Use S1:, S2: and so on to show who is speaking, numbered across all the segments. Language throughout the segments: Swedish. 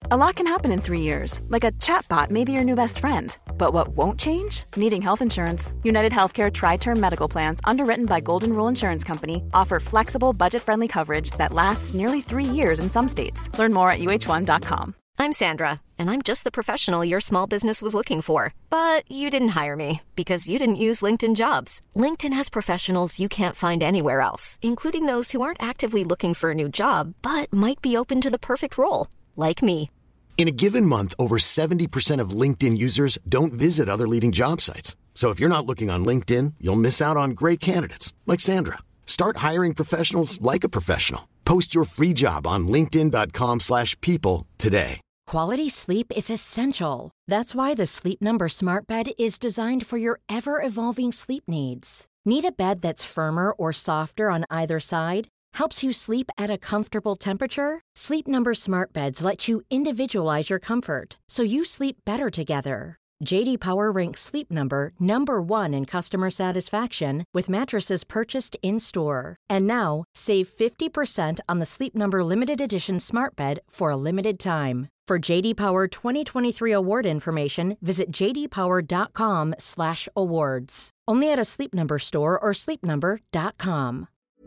S1: A lot can happen in 3 years, like a chatbot may be your new best friend. But what won't change? Needing health insurance. United Healthcare Tri-Term Medical Plans, underwritten by Golden Rule Insurance Company, offer flexible, budget-friendly coverage that lasts nearly 3 years in some states. Learn more at uh1.com.
S2: I'm Sandra, and I'm just the professional your small business was looking for. But you didn't hire me because you didn't use LinkedIn Jobs. LinkedIn has professionals you can't find anywhere else, including those who aren't actively looking for a new job, but might be open to the perfect role, like me.
S3: In a given month, over 70% of LinkedIn users don't visit other leading job sites. So if you're not looking on LinkedIn, you'll miss out on great candidates like Sandra. Start hiring professionals like a professional. Post your free job on linkedin.com/people today.
S4: Quality sleep is essential. That's why the Sleep Number Smart Bed is designed for your ever-evolving sleep needs. Need a bed that's firmer or softer on either side? Helps you sleep at a comfortable temperature? Sleep Number Smart Beds let you individualize your comfort so you sleep better together. J.D. Power ranks Sleep Number #1 in customer satisfaction with mattresses purchased in-store. And now, save 50% on the Sleep Number Limited Edition Smart Bed for a limited time. For J.D. Power 2023 award information, visit jdpower.com/awards. Only at a Sleep Number store or sleepnumber.com.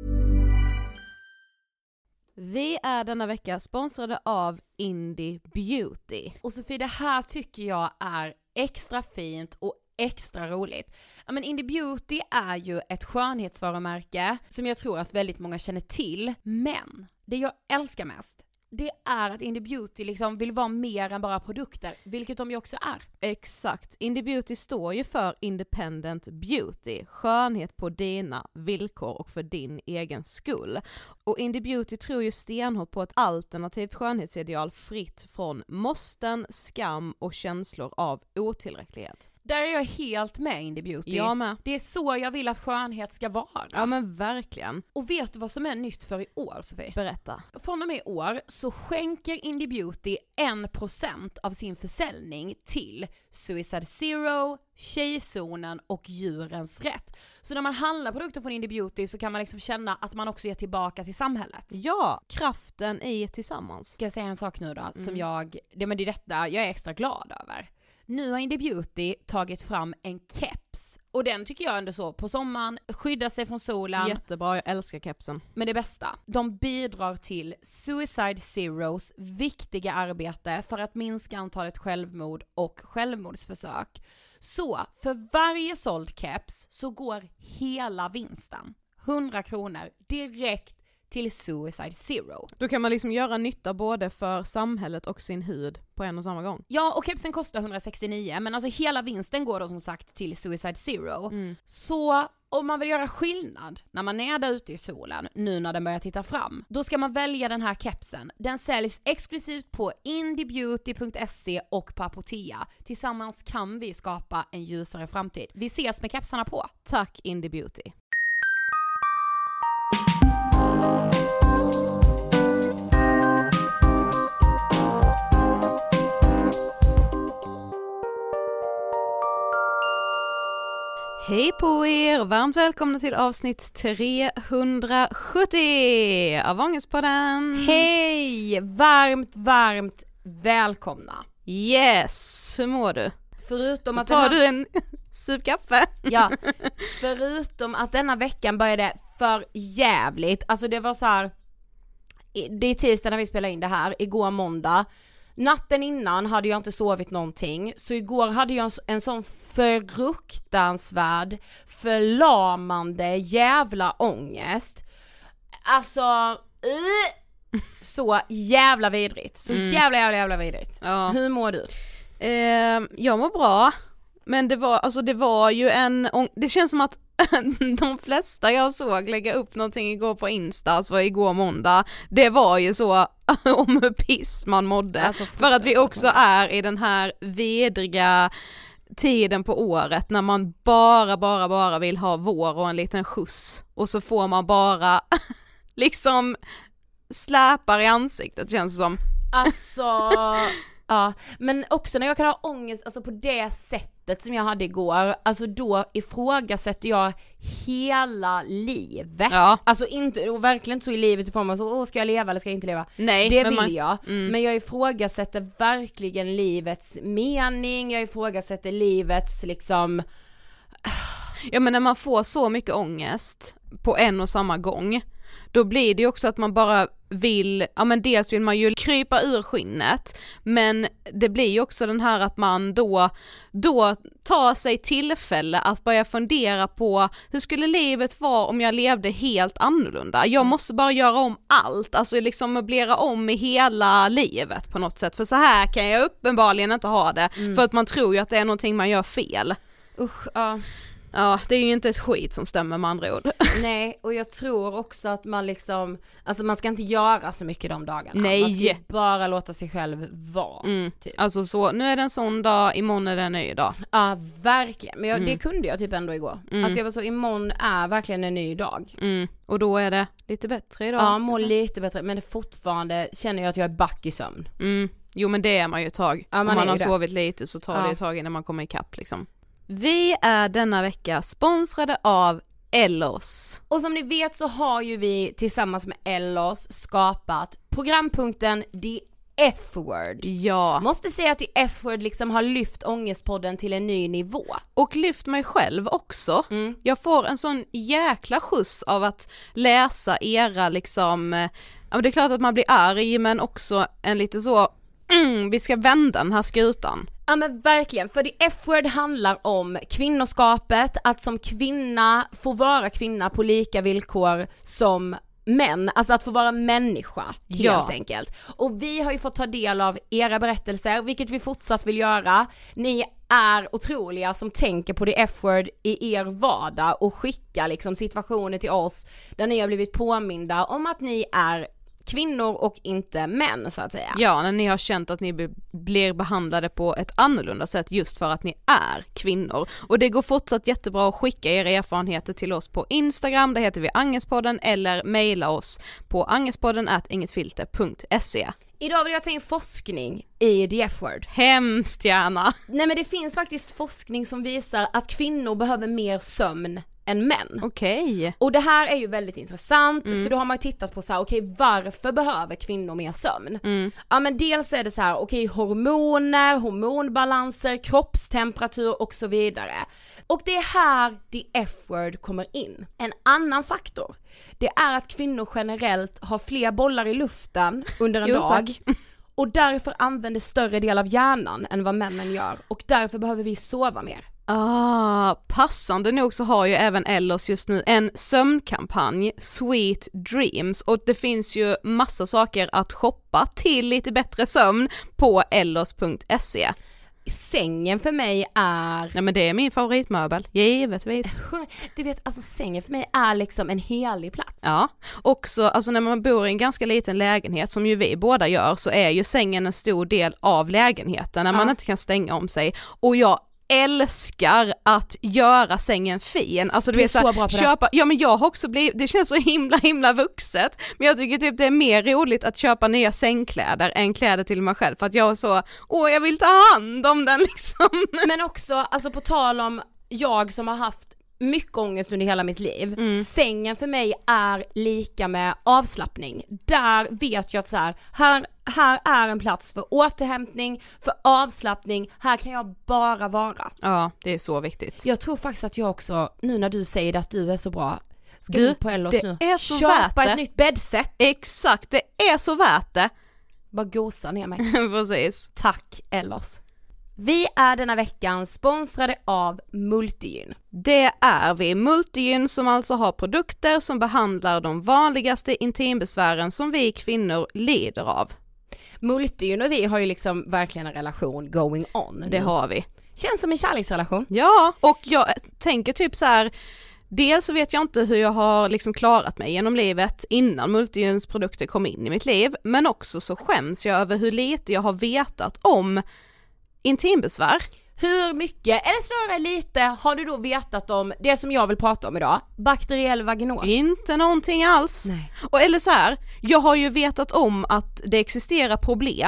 S5: Vi är denna vecka sponsrade av Indie Beauty.
S6: Och Sofie, det här tycker jag är extra fint och extra roligt. Ja, men Indie Beauty är ju ett skönhetsvarumärke som jag tror att väldigt många känner till. Men det jag älskar mest, det är att Indie Beauty liksom vill vara mer än bara produkter, vilket de ju också är.
S5: Exakt. Indie Beauty står ju för Independent Beauty. Skönhet på dina villkor och för din egen skull. Och Indie Beauty tror ju stenhårt på ett alternativt skönhetsideal fritt från måsten, skam och känslor av otillräcklighet.
S6: Där är jag helt med Indie Beauty.
S5: Jag med.
S6: Det är så jag vill att skönhet ska vara.
S5: Ja men verkligen.
S6: Och vet du vad som är nytt för i år, Sofie?
S5: Berätta.
S6: Från och med i år så skänker Indie Beauty 1% av sin försäljning till Suicide Zero, Tjejzonen och Djurens Rätt. Så när man handlar produkter från Indie Beauty så kan man liksom känna att man också ger tillbaka till samhället.
S5: Ja, kraften i tillsammans.
S6: Ska jag säga en sak nu då som det är detta jag är extra glad över. Nu har Indie Beauty tagit fram en keps. Och den tycker jag ändå så på sommaren, skydda sig från solen.
S5: Jättebra, jag älskar kepsen.
S6: Men det bästa, de bidrar till Suicide Zeros viktiga arbete för att minska antalet självmord och självmordsförsök. Så för varje såld keps så går hela vinsten, 100 kronor, direkt till Suicide Zero.
S5: Då kan man liksom göra nytta både för samhället och sin hud på en och samma gång.
S6: Ja, och kepsen kostar 169, men alltså hela vinsten går då som sagt till Suicide Zero. Så om man vill göra skillnad när man är där ute i solen, nu när den börjar titta fram, då ska man välja den här kepsen. Den säljs exklusivt på indiebeauty.se och på Apotea. Tillsammans kan vi skapa en ljusare framtid. Vi ses med kepsarna på.
S5: Tack Indie Beauty. Hej på er, varmt välkomna till avsnitt 370 av Ångestpodden.
S6: Hej, varmt välkomna.
S5: Yes, hur mår du?
S6: Förutom att
S5: tar du en sup kaffe?
S6: Ja, förutom att denna veckan började för jävligt. Alltså det var så här, det är tisdag när vi spelar in det här, igår måndag. Natten innan hade jag inte sovit någonting. Så igår hade jag en sån fruktansvärd, förlamande jävla ångest. Alltså så jävla vidrigt. Så jävla vidrigt.
S5: Ja.
S6: Hur mår du?
S5: Jag mår bra. Men det var ju det känns som att de flesta jag såg lägga upp någonting igår på Insta, alltså igår måndag, det var ju så om hur piss man mådde. Alltså, för att vi också är i den här vidriga tiden på året när man bara vill ha vår och en liten skjuts, och så får man bara liksom släpar i ansiktet, känns det som.
S6: Ja, men också när jag kan ha ångest, alltså på det sättet som jag hade igår, alltså då ifrågasätter jag hela livet.
S5: Ja.
S6: Alltså inte, och verkligen inte så i livet i form av så, ska jag leva eller ska jag inte leva?
S5: Nej,
S6: det vill jag. Men jag ifrågasätter verkligen livets mening, jag ifrågasätter livets liksom...
S5: Ja, men när man får så mycket ångest på en och samma gång, då blir det ju också att man bara vill, ja men dels vill man ju krypa ur skinnet, men det blir ju också den här att man då tar sig tillfälle att börja fundera på hur skulle livet vara om jag levde helt annorlunda. Jag måste bara göra om allt, alltså liksom möblera om i hela livet på något sätt, för så här kan jag uppenbarligen inte ha det, för att man tror ju att det är någonting man gör fel.
S6: Usch, ja.
S5: Ja, det är ju inte ett skit som stämmer med andra ord.
S6: Nej, och jag tror också att man liksom, alltså man ska inte göra så mycket de dagarna.
S5: Nej.
S6: Man ska bara låta sig själv vara. Typ.
S5: Alltså så, nu är det en sån dag, imorgon är det en ny dag.
S6: Ja, verkligen. Men det kunde jag typ ändå igår. Alltså jag var så, imorgon är verkligen en ny dag.
S5: Och då är det lite bättre idag.
S6: Ja, mår lite bättre, men det fortfarande känner jag att jag är back i sömn.
S5: Jo, men det är man ju ett tag.
S6: Ja,
S5: om man har
S6: det.
S5: sovit lite så tar det ett tag innan man kommer ikapp liksom. Vi är denna vecka sponsrade av Ellos.
S6: Och som ni vet så har ju vi tillsammans med Ellos skapat programpunkten The F-word.
S5: Ja.
S6: Måste säga att The F-word liksom har lyft ångestpodden till en ny nivå.
S5: Och lyft mig själv också. Jag får en sån jäkla skjuts av att läsa era liksom, ja, det är klart att man blir arg, men också en lite så, vi ska vända den här skutan.
S6: Ja men verkligen, för The F-word handlar om kvinnoskapet, att som kvinna få vara kvinna på lika villkor som män, alltså att få vara människa helt enkelt. Och vi har ju fått ta del av era berättelser, vilket vi fortsatt vill göra. Ni är otroliga som tänker på The F-word i er vardag och skickar liksom situationer till oss där ni har blivit påminda om att ni är kvinnor och inte män så att säga.
S5: Ja, när ni har känt att ni blir behandlade på ett annorlunda sätt just för att ni är kvinnor. Och det går fortsatt jättebra att skicka era erfarenheter till oss på Instagram, där heter vi Angespodden, eller mejla oss på angespodden@ingetfilter.se.
S6: Idag vill jag ta in forskning i The F-word.
S5: Hemskt gärna.
S6: Nej, men det finns faktiskt forskning som visar att kvinnor behöver mer sömn än män.
S5: Okej.
S6: Och det här är ju väldigt intressant, för då har man ju tittat på så här, okej, varför behöver kvinnor mer sömn? Ja, men dels är det så här, okej, hormoner, hormonbalanser, kroppstemperatur och så vidare. Och det är här The F-word kommer in. En annan faktor, det är att kvinnor generellt har fler bollar i luften under en dag. Och därför använder större del av hjärnan än vad männen gör. Och därför behöver vi sova mer.
S5: Passande nog så har ju även Ellos just nu en sömnkampanj, Sweet Dreams, och det finns ju massa saker att shoppa till lite bättre sömn på ellos.se.
S6: Sängen för mig är...
S5: Nej, men det är min favoritmöbel, givetvis.
S6: Du vet, alltså sängen för mig är liksom en helig plats.
S5: Ja, också alltså när man bor i en ganska liten lägenhet som ju vi båda gör, så är ju sängen en stor del av lägenheten när man inte kan stänga om sig. Och jag älskar att göra sängen fin. Alltså du vet, så bra på köpa, ja, men jag har också blivit, det känns så himla vuxet, men jag tycker typ det är mer roligt att köpa nya sängkläder än kläder till mig själv, för att jag är så, jag vill ta hand om den liksom. Men
S6: också, alltså på tal om jag som har haft mycket ångest under hela mitt liv. Sängen för mig är lika med avslappning. Där vet jag att så här är en plats för återhämtning, för avslappning. Här kan jag bara vara.
S5: Ja, det är så viktigt.
S6: Jag tror faktiskt att jag också, nu när du säger att du är så bra, ska du på Ellos nu
S5: är så
S6: köpa ett nytt bäddset.
S5: Exakt, det är så värt det.
S6: Bara gosa ner mig.
S5: Precis.
S6: Tack Ellos. Vi är denna veckan sponsrade av Multigyn.
S5: Det är vi. Multigyn som alltså har produkter som behandlar de vanligaste intimbesvären som vi kvinnor lider av.
S6: Multigyn och vi har ju liksom verkligen en relation going on.
S5: Det har vi.
S6: Känns som en kärleksrelation.
S5: Ja, och jag tänker typ så här. Dels så vet jag inte hur jag har liksom klarat mig genom livet innan Multigyns produkter kom in i mitt liv, men också så skäms jag över hur lite jag har vetat om intimbesvär.
S6: Hur mycket, eller snarare lite, har du då vetat om det som jag vill prata om idag? Bakteriell vaginos.
S5: Inte någonting alls.
S6: Nej.
S5: Och eller så här, jag har ju vetat om att det existerar problem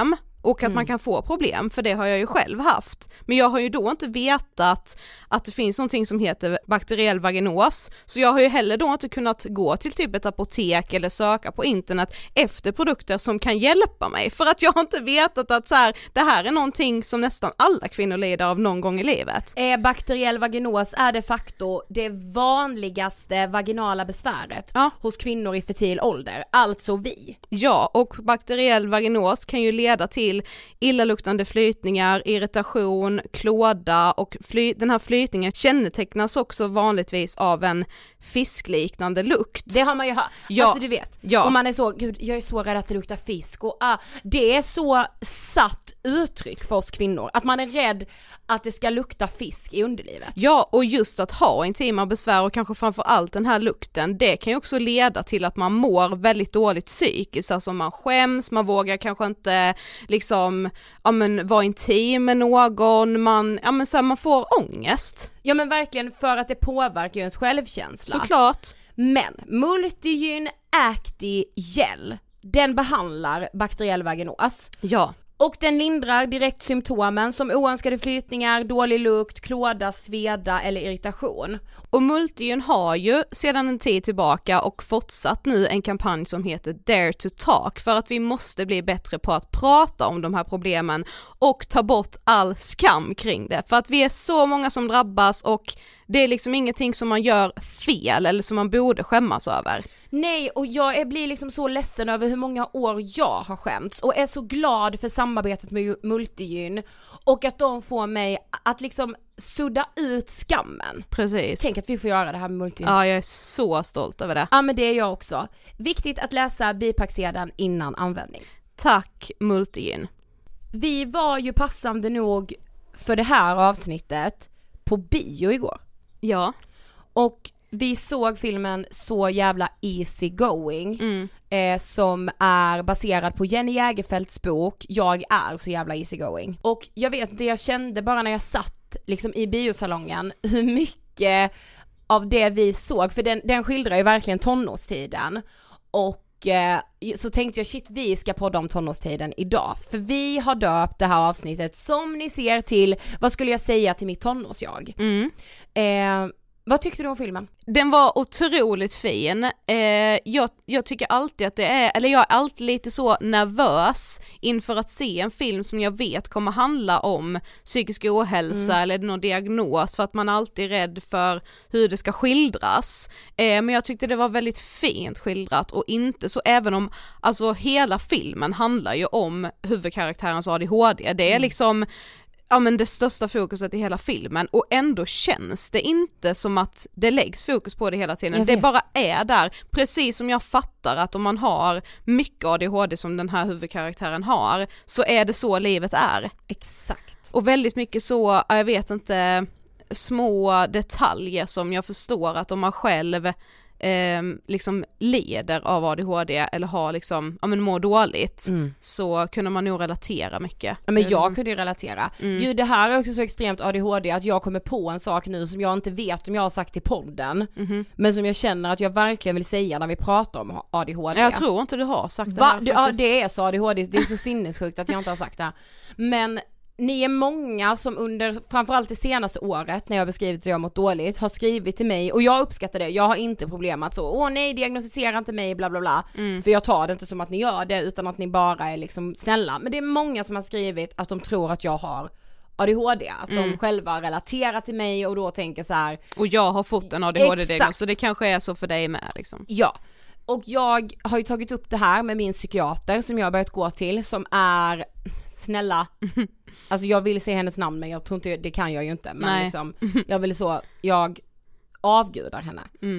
S5: och att man kan få problem, för det har jag ju själv haft. Men jag har ju då inte vetat att det finns någonting som heter bakteriell vaginos, så jag har ju heller då inte kunnat gå till typ ett apotek eller söka på internet efter produkter som kan hjälpa mig, för att jag har inte vetat att så här, det här är någonting som nästan alla kvinnor lider av någon gång i livet.
S6: Bakteriell vaginos är de facto det vanligaste vaginala besväret hos kvinnor i fertil ålder, alltså vi.
S5: Ja, och bakteriell vaginos kan ju leda till illaluktande flytningar, irritation, klåda, och den här flytningen kännetecknas också vanligtvis av en fiskliknande lukt.
S6: Det har man ju hört.
S5: Ja.
S6: Alltså du vet. Ja. Och man är så, gud jag är så rädd att det luktar fisk, och det är så satt uttryck för oss kvinnor, att man är rädd att det ska lukta fisk i underlivet.
S5: Ja, och just att ha intima besvär och kanske framförallt den här lukten, det kan ju också leda till att man mår väldigt dåligt psykiskt, alltså man skäms, man vågar kanske inte liksom, vara intim med någon, man får ångest.
S6: Ja men verkligen, för att det påverkar ju ens självkänsla.
S5: Såklart.
S6: Men Multigyn Acti Gel, den behandlar bakteriell vaginos.
S5: Ja.
S6: Och den lindrar direkt symptomen som oönskade flytningar, dålig lukt, klåda, sveda eller irritation.
S5: Och Multigyn har ju sedan en tid tillbaka och fortsatt nu en kampanj som heter Dare to Talk, för att vi måste bli bättre på att prata om de här problemen och ta bort all skam kring det. För att vi är så många som drabbas, och det är liksom ingenting som man gör fel eller som man borde skämmas över.
S6: Nej, och jag blir liksom så ledsen över hur många år jag har skämts, och är så glad för samarbetet med Multigyn och att de får mig att liksom sudda ut skammen.
S5: Precis.
S6: Tänk att vi får göra det här med Multigyn.
S5: Ja, jag är så stolt över det.
S6: Ja, men det är jag också. Viktigt att läsa bipacksedeln innan användning.
S5: Tack Multigyn.
S6: Vi var ju passande nog för det här avsnittet på bio igår.
S5: Ja.
S6: Och vi såg filmen Så jävla easy going, som är baserad på Jenny Jägerfeldts bok Jag är så jävla easy going. Och jag vet inte, jag kände bara när jag satt liksom i biosalongen hur mycket av det vi såg, för den skildrar ju verkligen tonårstiden. Och så tänkte jag, shit, vi ska podda om tonårstiden idag. För vi har döpt det här avsnittet, som ni ser, till vad skulle jag säga till mitt tonårsjag. Vad tyckte du om filmen?
S5: Den var otroligt fin. Jag tycker alltid att jag är alltid lite så nervös inför att se en film som jag vet kommer handla om psykisk ohälsa eller någon diagnos, för att man alltid är rädd för hur det ska skildras. Men jag tyckte det var väldigt fint skildrat, och inte så, även om alltså hela filmen handlar ju om huvudkaraktärens ADHD. Det är liksom det största fokuset i hela filmen, och ändå känns det inte som att det läggs fokus på det hela tiden. Det bara är där, precis som jag fattar att om man har mycket ADHD som den här huvudkaraktären har, så är det så livet är.
S6: Exakt.
S5: Och väldigt mycket så, jag vet inte, små detaljer som jag förstår att om man själv liksom leder av ADHD eller har liksom, mår dåligt, så kunde man nog relatera mycket.
S6: Ja, men jag kunde ju relatera. Gud, det här är också så extremt ADHD att jag kommer på en sak nu som jag inte vet om jag har sagt i podden, men som jag känner att jag verkligen vill säga när vi pratar om ADHD.
S5: Jag tror inte du har sagt det här.
S6: Ja, det är så ADHD, det är så sinnessjukt att jag inte har sagt det. Men ni är många som under framförallt det senaste året, när jag beskrivit att jag har mått dåligt, har skrivit till mig, och jag uppskattar det. Jag har inte problem att så, nej, diagnostisera inte mig, bla bla bla. För jag tar det inte som att ni gör det, utan att ni bara är liksom snälla. Men det är många som har skrivit att de tror att jag har ADHD, att de själva relaterar till mig och då tänker så här. Och jag har fått en ADHD-diagnos, så det kanske är så för dig med liksom. Ja. Och jag har ju tagit upp det här med min psykiater som jag har börjat gå till, som är snälla. Alltså jag vill säga hennes namn, men jag tror inte, det kan jag ju inte. Men liksom, jag avgudar henne.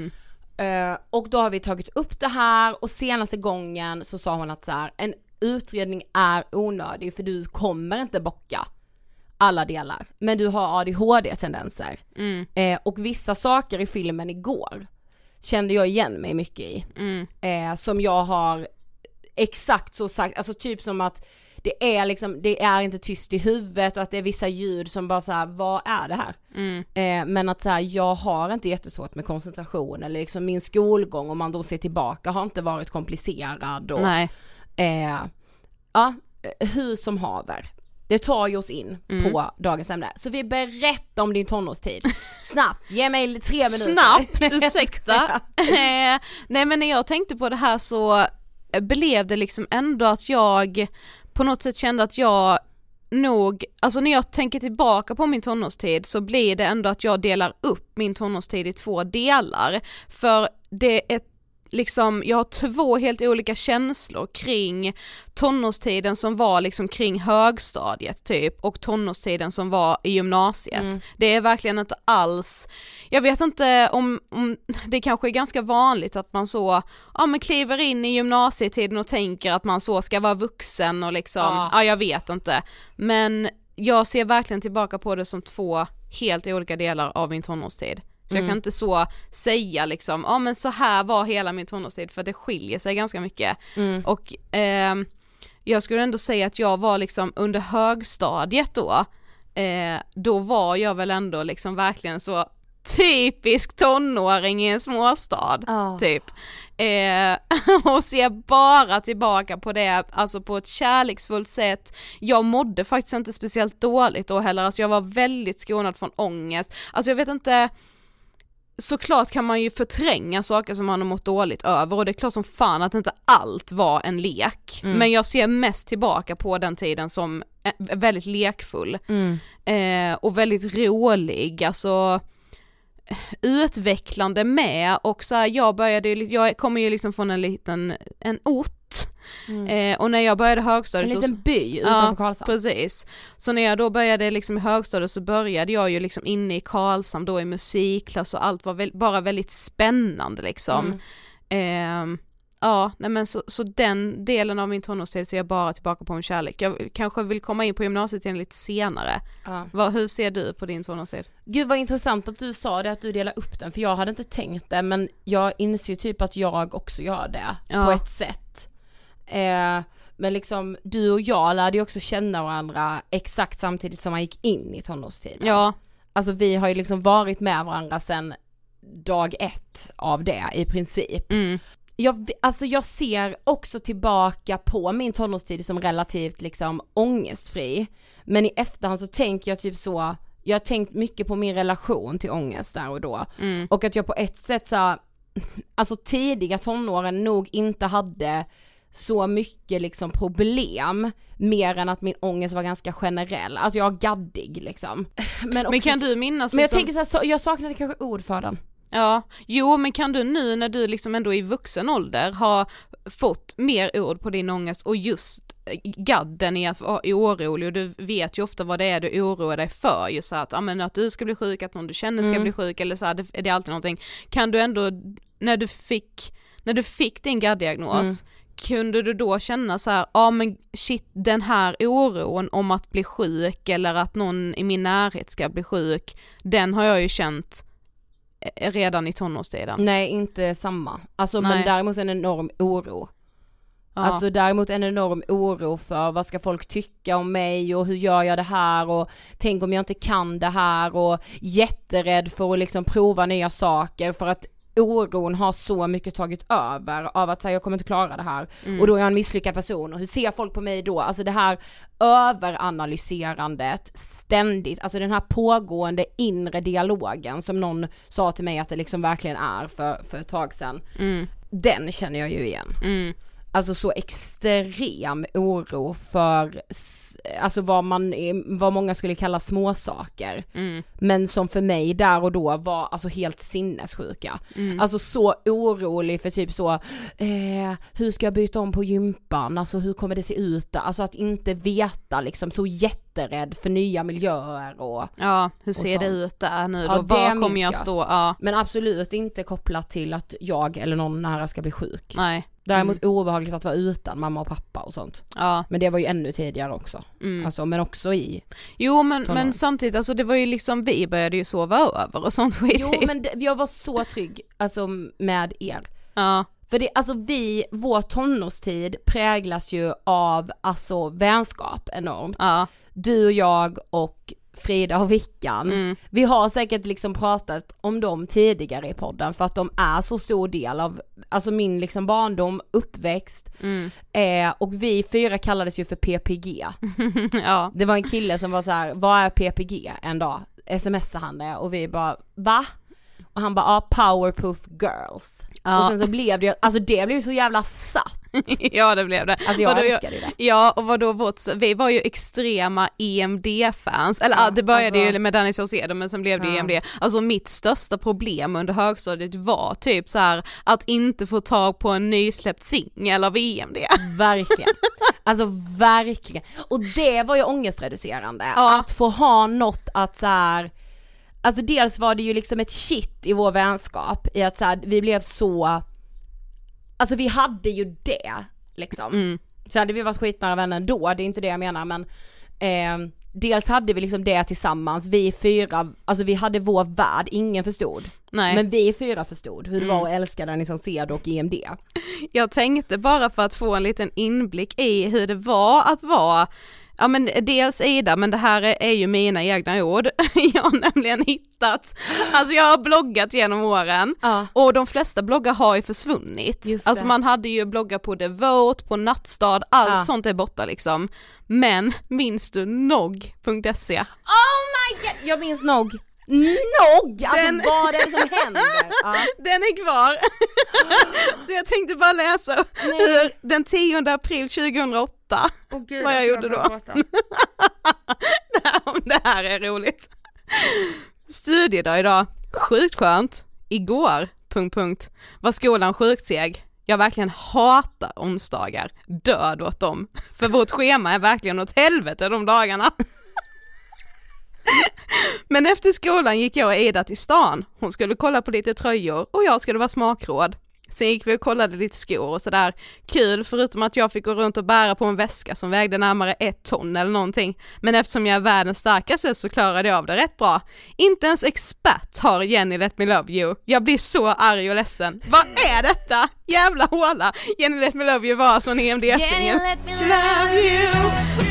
S6: Och då har vi tagit upp det här, och senaste gången så sa hon att så här, en utredning är onödig för du kommer inte bocka alla delar. Men du har ADHD-tendenser. Och vissa saker i filmen igår kände jag igen mig mycket i. Som jag har exakt så sagt, alltså typ som att det är liksom, det är inte tyst i huvudet, och att det är vissa ljud som bara så här, vad är det här? Men att så här, jag har inte jättesvårt med koncentration, eller liksom min skolgång, om man då ser tillbaka, har inte varit komplicerad och, hur som haver. Det tar ju oss in på dagens ämne. Så vi berättar om din tonårstid. Snabbt, ge mig 3 minuter.
S5: Snabbt, ursäkta. Nej, men när jag tänkte på det här så blev det liksom ändå att jag på något sätt kände att jag nog, alltså när jag tänker tillbaka på min tonårstid så blir det ändå att jag delar upp min tonårstid i 2 delar. För det är liksom, jag har 2 helt olika känslor kring tonårstiden som var liksom kring högstadiet typ och tonårstiden som var i gymnasiet. Det är verkligen inte alls, jag vet inte om det kanske är ganska vanligt att man så, men kliver in i gymnasietiden och tänker att man så ska vara vuxen och liksom, jag vet inte. Men jag ser verkligen tillbaka på det som 2 helt olika delar av min tonårstid. Så jag kan inte så säga liksom, men så här var hela min tonårstid, för det skiljer sig ganska mycket. Och jag skulle ändå säga att jag var liksom under högstadiet då var jag väl ändå liksom verkligen så typisk tonåring i en småstad typ. Och ser bara tillbaka på det, alltså på ett kärleksfullt sätt. Jag mådde faktiskt inte speciellt dåligt då heller, alltså jag var väldigt skonad från ångest. Alltså jag vet inte, såklart kan man ju förtränga saker som man har mått dåligt över, och det är klart som fan att inte allt var en lek. Men jag ser mest tillbaka på den tiden som väldigt lekfull och väldigt rolig, alltså utvecklande med. Och så här, jag kommer ju liksom från en ort. Och när jag började högstadiet,
S6: en liten by utanför Karlshamn.
S5: Precis. Så när jag då började liksom i högstadiet så började jag ju liksom inne i Karlshamn då i musikklass, och allt var bara väldigt spännande liksom. Nej men så den delen av min tonårstid ser jag bara tillbaka på min kärlek. Jag kanske vill komma in på gymnasietiden lite senare. Hur ser du på din tonårstid?
S6: Gud vad intressant att du sa det, att du delar upp den, för jag hade inte tänkt det, men jag inser ju typ att jag också gör det på ett sätt. Men liksom du och jag lärde ju också känna varandra exakt samtidigt som man gick in i tonårstiden.
S5: Ja.
S6: Alltså vi har ju liksom varit med varandra sedan dag 1 av det i princip. Jag ser också tillbaka på min tonårstid som relativt liksom ångestfri. Men i efterhand så tänker jag typ så, jag har tänkt mycket på min relation till ångest där och då. Och att jag på ett sätt så, alltså tidiga tonåren nog inte hade så mycket liksom problem, mer än att min ångest var ganska generell. Alltså jag var gaddig liksom. Men
S5: kan du minnas
S6: men
S5: liksom...
S6: jag tänker så här, jag saknade kanske ord för den.
S5: Ja, jo men kan du nu när du liksom ändå i vuxen ålder har fått mer ord på din ångest och just gadden i att vara orolig, och du vet ju ofta vad det är du oroar dig för, just så att du ska bli sjuk, att någon du känner ska bli sjuk, eller så här, det är alltid någonting. Kan du ändå, när du fick din gadddiagnos, kunde du då känna så här, men shit, den här oron om att bli sjuk eller att någon i min närhet ska bli sjuk, den har jag ju känt redan i tonårstiden.
S6: Nej, inte samma. Alltså, men däremot en enorm oro. Alltså däremot en enorm oro för vad ska folk tycka om mig och hur gör jag det här, och tänk om jag inte kan det här, och jätterädd för att liksom prova nya saker, för att oron har så mycket tagit över av att säga jag kommer inte klara det här, och då är jag en misslyckad person, och hur ser folk på mig då? Alltså det här överanalyserandet ständigt, alltså den här pågående inre dialogen som någon sa till mig att det liksom verkligen är för ett tag sedan, den känner jag ju igen. Alltså så extrem oro för alltså vad många skulle kalla småsaker, men som för mig där och då var alltså helt sinnessjuka. Alltså så orolig för typ så hur ska jag byta om på gympan, alltså hur kommer det se ut där? Alltså att inte veta liksom, så jätterädd för nya miljöer och
S5: hur ser det ut där nu då?
S6: Ja,
S5: var kommer jag stå?
S6: Men absolut inte kopplat till att jag eller någon nära ska bli sjuk.
S5: Nej.
S6: Däremot obehagligt att vara utan mamma och pappa och sånt. Men det var ju ännu tidigare också. Alltså, men också i... Jo,
S5: men samtidigt, alltså det var ju liksom, vi började ju sova över och sånt skit.
S6: Jo, men jag var så trygg alltså, med er. För det, alltså vår tonårstid präglas ju av alltså vänskap enormt. Du och jag och Frida och Vickan. Vi har säkert liksom pratat om dem tidigare i podden för att de är så stor del av alltså min liksom barndom, uppväxt. Och vi 4 kallades ju för PPG.
S5: Ja.
S6: Det var en kille som var så här: vad är PPG? En dag smsade han det och vi bara, va? Och han bara, Powerpuff Girls. Ja. Och sen så blev det, alltså det blev så jävla satt.
S5: Ja, det blev det.
S6: Alltså jag älskade det.
S5: Ja, och vadå, vi var ju extrema EMD-fans. Eller det började ju med Danny Saucedo, men sen blev det EMD. Alltså mitt största problem under högstadiet var typ så här att inte få tag på en nysläppt singel av EMD.
S6: Verkligen. Alltså verkligen. Och det var ju ångestreducerande. Att få ha något att så här. Alltså dels var det ju liksom ett shit i vår vänskap i att så här, vi blev så, alltså vi hade ju det liksom. Så hade vi varit skitnära vänner då, det är inte det jag menar, men dels hade vi liksom det tillsammans, vi 4, alltså vi hade vår värld, ingen förstod. Nej. Men vi 4 förstod hur det var att älska den liksom Saucedo och EMD.
S5: Jag tänkte bara för att få en liten inblick i hur det var att vara. Ja, men dels Ida, men det här är ju mina egna ord. Jag har nämligen hittat, alltså jag har bloggat genom åren och de flesta bloggar har ju försvunnit. Alltså man hade ju bloggar på Devote, på Nattstad, allt sånt är borta liksom. Men minns du nog.se?
S6: Oh my god, jag minns nog. Alltså vad är det som händer?
S5: Den är kvar. Så jag tänkte bara läsa hur den 10 april 2008 vad jag gjorde då. Det här är roligt. Studiedag idag. Sjukt skönt. Igår. ... var skolan sjukt seg. Jag verkligen hatar onsdagar. Död åt dem. För vårt schema är verkligen åt helvete de dagarna. Men efter skolan gick jag och Ida till stan. Hon skulle kolla på lite tröjor och jag skulle vara smakråd. Sen gick vi och kollade lite skor och sådär. Kul, förutom att jag fick gå runt och bära på en väska som vägde närmare 1 ton eller någonting. Men eftersom jag är världens starkaste så klarade jag av det rätt bra. Inte ens expert har Jenny Let Me Love You. Jag blir så arg och ledsen. Vad är detta? Jävla håla. Jenny Let Me Love You var alltså en EMD-singel.
S6: Jenny Let Me Love You.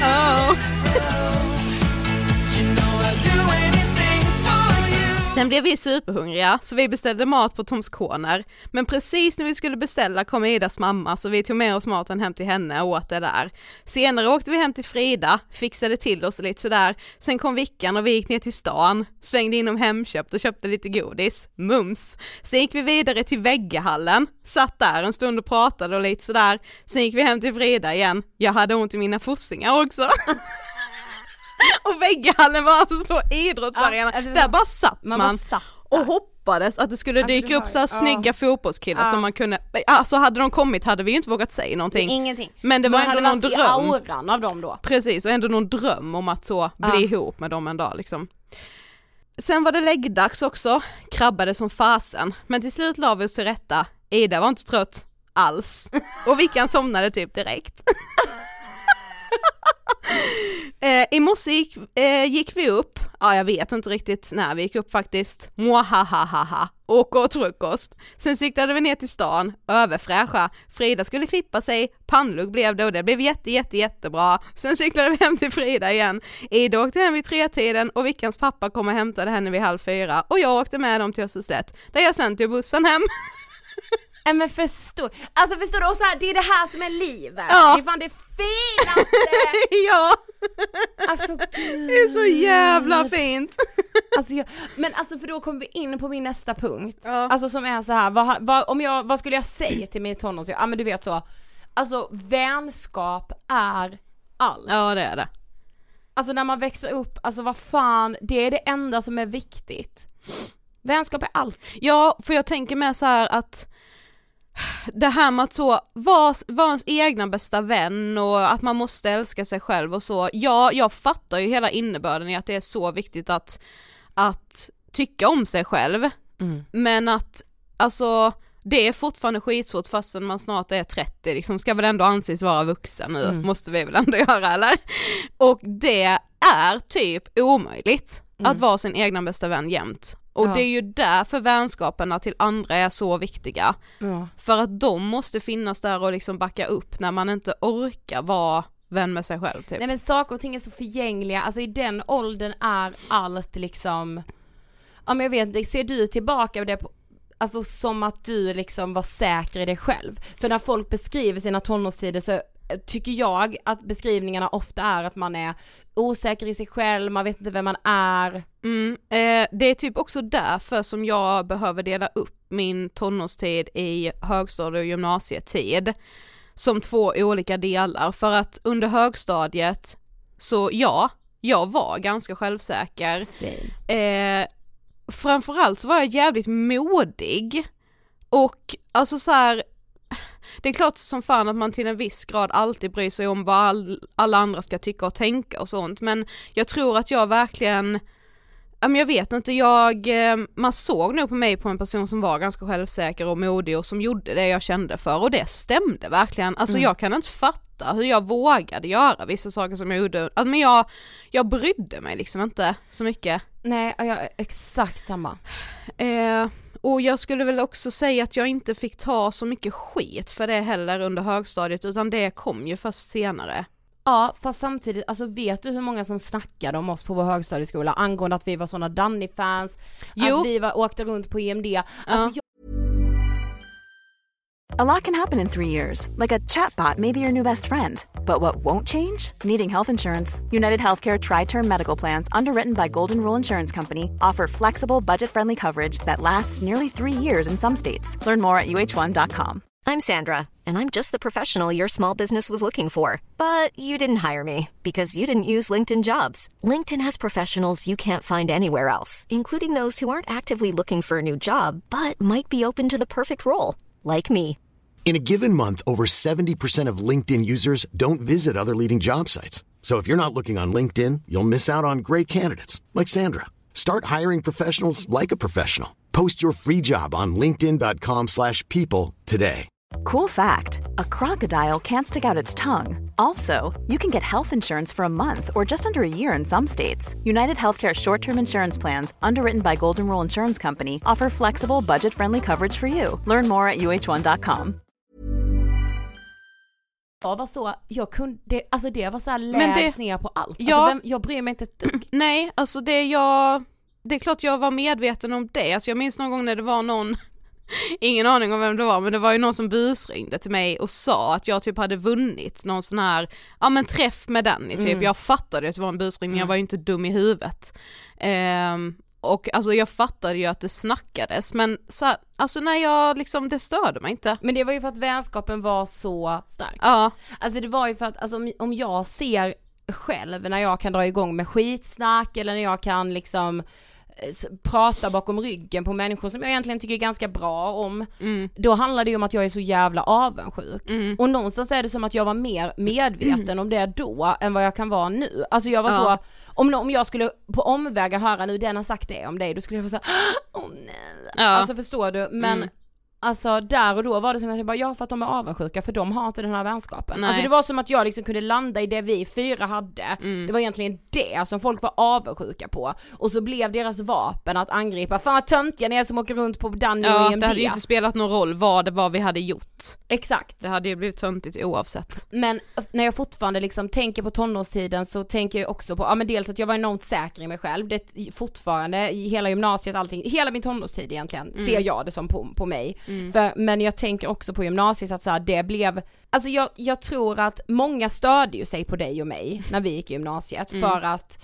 S5: Sen blev vi superhungriga så vi beställde mat på Toms Corner. Men precis när vi skulle beställa kom Idas mamma så vi tog med oss maten hem till henne och åt det där. Senare åkte vi hem till Frida, fixade till oss lite sådär. Sen kom Vickan och vi gick ner till stan, svängde inom Hemköp och köpte lite godis. Mums! Sen gick vi vidare till Väggehallen, satt där en stund och pratade och lite sådär. Sen gick vi hem till Frida igen. Jag hade ont i mina fossingar också. Och Väggehallen var alltså så idrottsarena. Där bara satt man och hoppades att det skulle dyka upp så här snygga fotbollskillar som man kunde. Alltså hade de kommit hade vi ju inte vågat säga någonting.
S6: Ingenting.
S5: Men det var ändå någon dröm.
S6: Auran av dem då.
S5: Precis, och ändå någon dröm om att så bli ihop med dem en dag liksom. Sen var det läggdags också. Krabbade som fasen. Men till slut la vi oss till rätta. Ida var inte trött alls. Och Vickan somnade typ direkt. I morse gick vi upp, jag vet inte riktigt när vi gick upp faktiskt, och åt frukost. Sen cyklade vi ner till stan, överfräscha. Frida skulle klippa sig, pannlugg blev det och det blev jättebra. Sen cyklade vi hem till Frida igen. Ida åkte hem vid 3-tiden och Vickans pappa kom och hämtade henne vid 3:30 och jag åkte med dem till Österslätt där jag sen tog bussen hem.
S6: Men förstår du, och så här, det är det här som är livet. Ja. Det är fan det finaste.
S5: Ja.
S6: Alltså,
S5: det är så jävla fint.
S6: Alltså för då kommer vi in på min nästa punkt. Ja. Alltså som är så här, vad skulle jag säga till min tonårs? Ja men du vet så. Alltså vänskap är allt.
S5: Ja det är det.
S6: Alltså när man växer upp, alltså vad fan, det är det enda som är viktigt. Vänskap är allt. Ja,
S5: för jag tänker med så här att det här med att så vara ens egna bästa vän och att man måste älska sig själv och så. Ja, jag fattar ju hela innebörden i att det är så viktigt att tycka om sig själv. Men att alltså det är fortfarande skitsvårt fastän man snart är 30 liksom, ska väl ändå anses vara vuxen nu, måste vi väl ändå göra eller? Och det är typ omöjligt att vara sin egna bästa vän jämt. Och det är ju därför vänskaperna till andra är så viktiga. För att de måste finnas där och liksom backa upp när man inte orkar vara vän med sig själv typ.
S6: Nej men saker och ting är så förgängliga, alltså i den åldern är allt liksom, ja men jag vet inte, ser du tillbaka på det alltså som att du liksom var säker i dig själv? För när folk beskriver sina tonårstider så tycker jag att beskrivningarna ofta är att man är osäker i sig själv, man vet inte vem man är.
S5: Det är typ också därför som jag behöver dela upp min tonårstid i högstadie- och gymnasietid som 2 olika delar. För att under högstadiet så jag var ganska självsäker. Framförallt så var jag jävligt modig. Och alltså så här, det är klart som fan att man till en viss grad alltid bryr sig om vad alla andra ska tycka och tänka och sånt. Men jag tror att jag verkligen, jag vet inte, man såg nog på mig på en person som var ganska självsäker och modig och som gjorde det jag kände för, och det stämde verkligen. Alltså jag kan inte fatta hur jag vågade göra vissa saker som jag gjorde, men jag brydde mig liksom inte så mycket.
S6: Nej, jag är exakt samma.
S5: Och jag skulle väl också säga att jag inte fick ta så mycket skit för det heller under högstadiet, utan det kom ju först senare.
S6: Ja, fast samtidigt, alltså vet du hur många som snackade om oss på vår högstadieskola angående att vi var såna Danny-fans, att vi åkte runt på EMD. Alltså,
S1: A lot can happen in 3 years, like a chatbot may be your new best friend. But what won't change? Needing health insurance. United Healthcare Tri-Term Medical Plans, underwritten by Golden Rule Insurance Company, offer flexible, budget-friendly coverage that lasts nearly 3 years in some states. Learn more at uh1.com.
S2: I'm Sandra, and I'm just the professional your small business was looking for. But you didn't hire me because you didn't use LinkedIn Jobs. LinkedIn has professionals you can't find anywhere else, including those who aren't actively looking for a new job, but might be open to the perfect role, like me.
S3: In a given month, over 70% of LinkedIn users don't visit other leading job sites. So if you're not looking on LinkedIn, you'll miss out on great candidates like Sandra. Start hiring professionals like a professional. Post your free job on linkedin.com/people today.
S1: Cool fact, a crocodile can't stick out its tongue. Also, you can get health insurance for a month or just under a year in some states. United Healthcare short-term insurance plans, underwritten by Golden Rule Insurance Company, offer flexible, budget-friendly coverage for you. Learn more at uh1.com.
S6: Jag var så, det var så här lägst ner på allt. Alltså, jag bryr mig inte ett dugg.
S5: Nej, alltså det är klart jag var medveten om det. Alltså jag minns någon gång när det var någon, ingen aning om vem det var, men det var ju någon som busringde till mig och sa att jag typ hade vunnit någon sån här, träff med Danny typ. Jag fattade att det var en busringning, jag var ju inte dum i huvudet. Och alltså jag fattade ju att det snackades, men så här, alltså när jag liksom, det störde mig inte.
S6: Men det var ju för att vänskapen var så stark.
S5: Ja.
S6: Alltså det var ju för att, alltså, om jag ser själv när jag kan dra igång med skitsnack eller när jag kan liksom prata bakom ryggen på människor som jag egentligen tycker är ganska bra om, då handlar det ju om att jag är så jävla avundsjuk. Och någonstans är det som att jag var mer medveten om det då än vad jag kan vara nu. Alltså jag var så, om jag skulle på omvägar höra nu den har sagt det om dig, då skulle jag vara så nej. Alltså förstår du, men alltså där och då var det som att jag bara, för att de är avundsjuka för de har inte den här vänskapen.
S5: Nej.
S6: Alltså det var som att jag liksom kunde landa i det vi 4 hade. Det var egentligen det som folk var avundsjuka på. Och så blev deras vapen att angripa, fan vad töntiga ni är som åker runt på Danny och EMD.
S5: Det hade ju inte spelat någon roll vad det var vi hade gjort.
S6: Exakt.
S5: Det hade ju blivit töntigt oavsett.
S6: Men när jag fortfarande liksom tänker på tonårstiden så tänker jag också på, men dels att jag var enormt säker i mig själv. Det fortfarande, hela gymnasiet, allting, hela min tonårstid egentligen, ser jag det som på mig. Men jag tänker också på gymnasiet att så här, det blev, alltså jag tror att många störde ju sig på dig och mig när vi gick i gymnasiet för att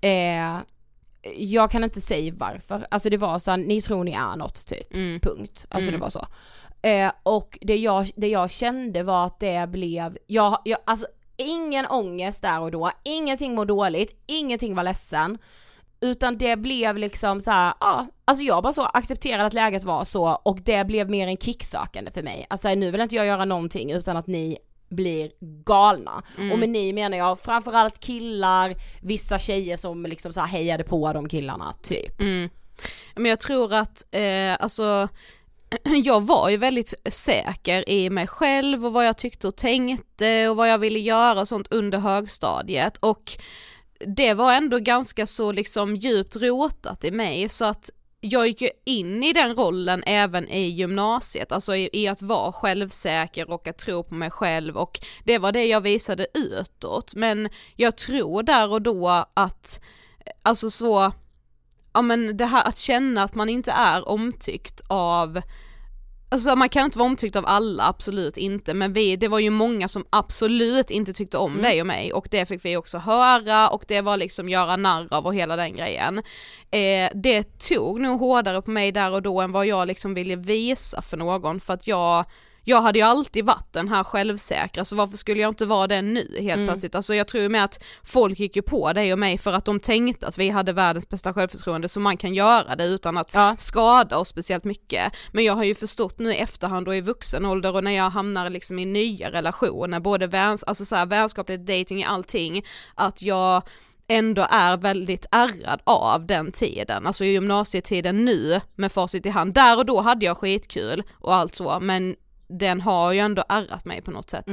S6: jag kan inte säga varför. Alltså det var så här, ni tror ni är något typ. Punkt. Alltså det var så. Och det jag kände var att det blev alltså ingen ångest där och då, ingenting var dåligt, ingenting var ledsen. Utan det blev liksom så här, alltså jag bara så accepterade att läget var så, och det blev mer en kicksökande för mig. Alltså nu vill inte jag göra någonting utan att ni blir galna. Och med ni menar jag framförallt killar, vissa tjejer som liksom så här hejade på de killarna typ.
S5: Men jag tror att alltså jag var ju väldigt säker i mig själv och vad jag tyckte och tänkte och vad jag ville göra och sånt under högstadiet, och det var ändå ganska så liksom djupt rotat i mig, så att jag gick ju in i den rollen även i gymnasiet, alltså i att vara självsäker och att tro på mig själv, och det var det jag visade utåt. Men jag tror där och då att, alltså så, ja men det här att känna att man inte är omtyckt av, alltså man kan inte vara omtyckt av alla, absolut inte, men det var ju många som absolut inte tyckte om dig och mig, och det fick vi också höra, och det var liksom göra narr av och hela den grejen. Det tog nog hårdare på mig där och då än vad jag liksom ville visa för någon, för att jag hade ju alltid varit den här självsäkra, så varför skulle jag inte vara det nu helt plötsligt? Alltså jag tror med att folk gick ju på dig och mig för att de tänkte att vi hade världens bästa självförtroende, så man kan göra det utan att skada oss speciellt mycket. Men jag har ju förstått nu i efterhand och i vuxen ålder, och när jag hamnar liksom i nya relationer, både vänskapligt, dating i allting, att jag ändå är väldigt ärrad av den tiden, alltså gymnasietiden nu med facit i hand. Där och då hade jag skitkul och allt så, men den har ju ändå ärrat mig på något sätt.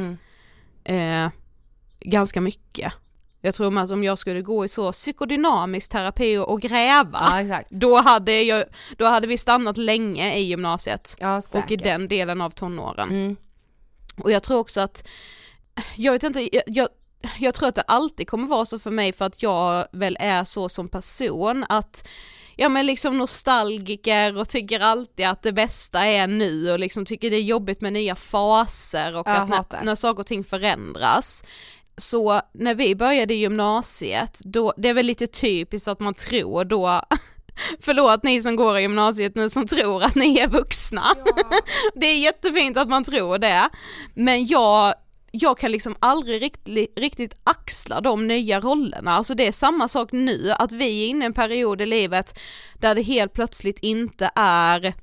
S5: Ganska mycket. Jag tror att om jag skulle gå i så psykodynamisk terapi och gräva, då hade vi stannat länge i gymnasiet och i den delen av tonåren. Och jag tror också att, jag vet inte, jag tror att det alltid kommer vara så för mig, för att jag väl är så som person, att men liksom nostalgiker och tycker alltid att det bästa är nu, och liksom tycker det är jobbigt med nya faser och att när saker och ting förändras. Så när vi började i gymnasiet, då, det är väl lite typiskt att man tror då förlåt ni som går i gymnasiet nu som tror att ni är vuxna. Det är jättefint att man tror det, men jag kan liksom aldrig riktigt axla de nya rollerna. Alltså det är samma sak nu, att vi är inne i en period i livet där det helt plötsligt inte är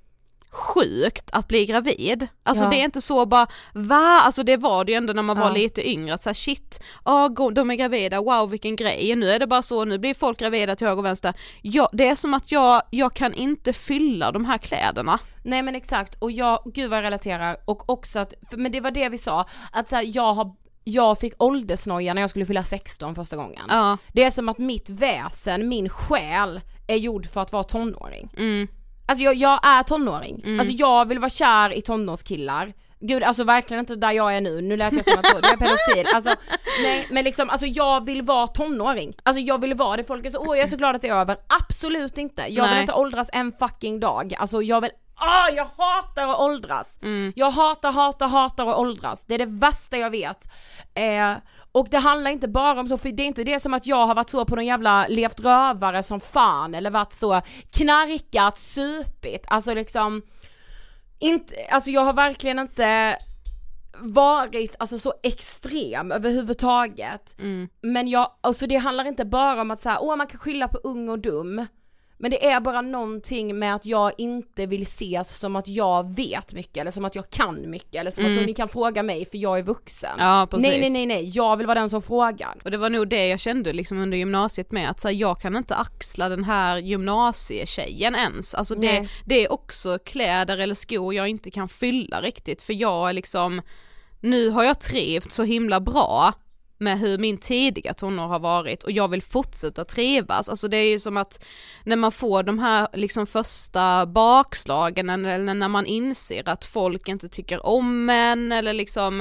S5: sjukt att bli gravid. Alltså det är inte så bara, va? Alltså det var det ju ändå när man var lite yngre, så här, shit, de är gravida, wow vilken grej. Nu är det bara så, nu blir folk gravida till höger och vänster. Det är som att jag kan inte fylla de här kläderna.
S6: Nej men exakt, och gud vad jag relaterar, och också att, men det var det vi sa, att så här, jag fick åldersnoja när jag skulle fylla 16 första gången. Det är som att mitt väsen, min själ är gjord för att vara tonåring. Alltså jag är tonåring. Alltså jag vill vara kär i tonårskillar. Gud, alltså verkligen inte där jag är nu. Nu lät jag som att jag är pedofil. Alltså, nej, men liksom, alltså jag vill vara tonåring. Alltså jag vill vara det. Folk är så, jag är så glad att det är över. Absolut inte. Jag vill inte åldras en fucking dag. Alltså jag vill, jag hatar att åldras. Jag hatar att åldras. Det är det värsta jag vet. Och det handlar inte bara om så, för det är inte det som att jag har varit så på någon jävla levt rövare som fan, eller varit så knarkat, supit. Alltså liksom inte, alltså jag har verkligen inte varit alltså så extrem överhuvudtaget. Men alltså det handlar inte bara om att så här, man kan skylla på ung och dum. Men det är bara någonting med att jag inte vill ses som att jag vet mycket, eller som att jag kan mycket, eller som att så, ni kan fråga mig för jag är vuxen.
S5: Ja, precis.
S6: Nej, jag vill vara den som frågar.
S5: Och det var nog det jag kände liksom under gymnasiet med, att så här, jag kan inte axla den här gymnasietjejen ens. Alltså det är också kläder eller skor jag inte kan fylla riktigt, för jag är liksom, nu har jag trivt så himla bra med hur min tidiga tonår har varit, och jag vill fortsätta trivas. Alltså det är ju som att när man får de här liksom första bakslagen, eller när man inser att folk inte tycker om en, eller liksom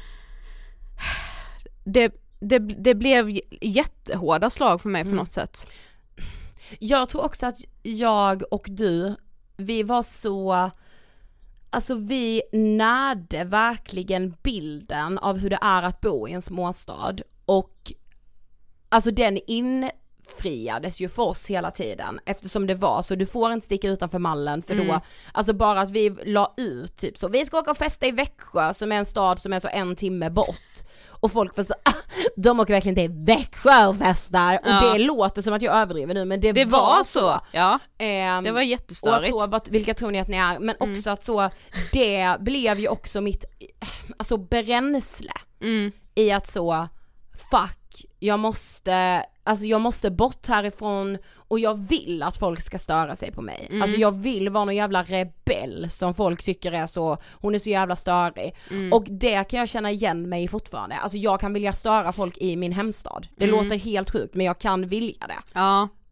S5: det blev jättehårda slag för mig på något sätt.
S6: Jag tror också att jag och du, vi var så, alltså vi närde verkligen bilden av hur det är att bo i en småstad, och alltså den infriades ju för oss hela tiden, eftersom det var så, du får inte sticka utanför mallen, för då, alltså bara att vi la ut typ så, vi ska åka och festa i Växjö som är en stad som är så 1 timme bort, och folk får så, de åker verkligen till Växjö och festar, och det låter som att jag överdriver nu, men det var så. Ja.
S5: Det var jättestörigt.
S6: Och så, vilka tror ni att ni är? Men också att så, det blev ju också mitt alltså bränsle i att så, fuck, jag måste bort härifrån, och jag vill att folk ska störa sig på mig. Alltså jag vill vara någon jävla rebell som folk tycker är så, hon är så jävla störig. Och det kan jag känna igen mig fortfarande. Alltså jag kan vilja störa folk i min hemstad. Det låter helt sjukt, men jag kan vilja det.
S5: Ja.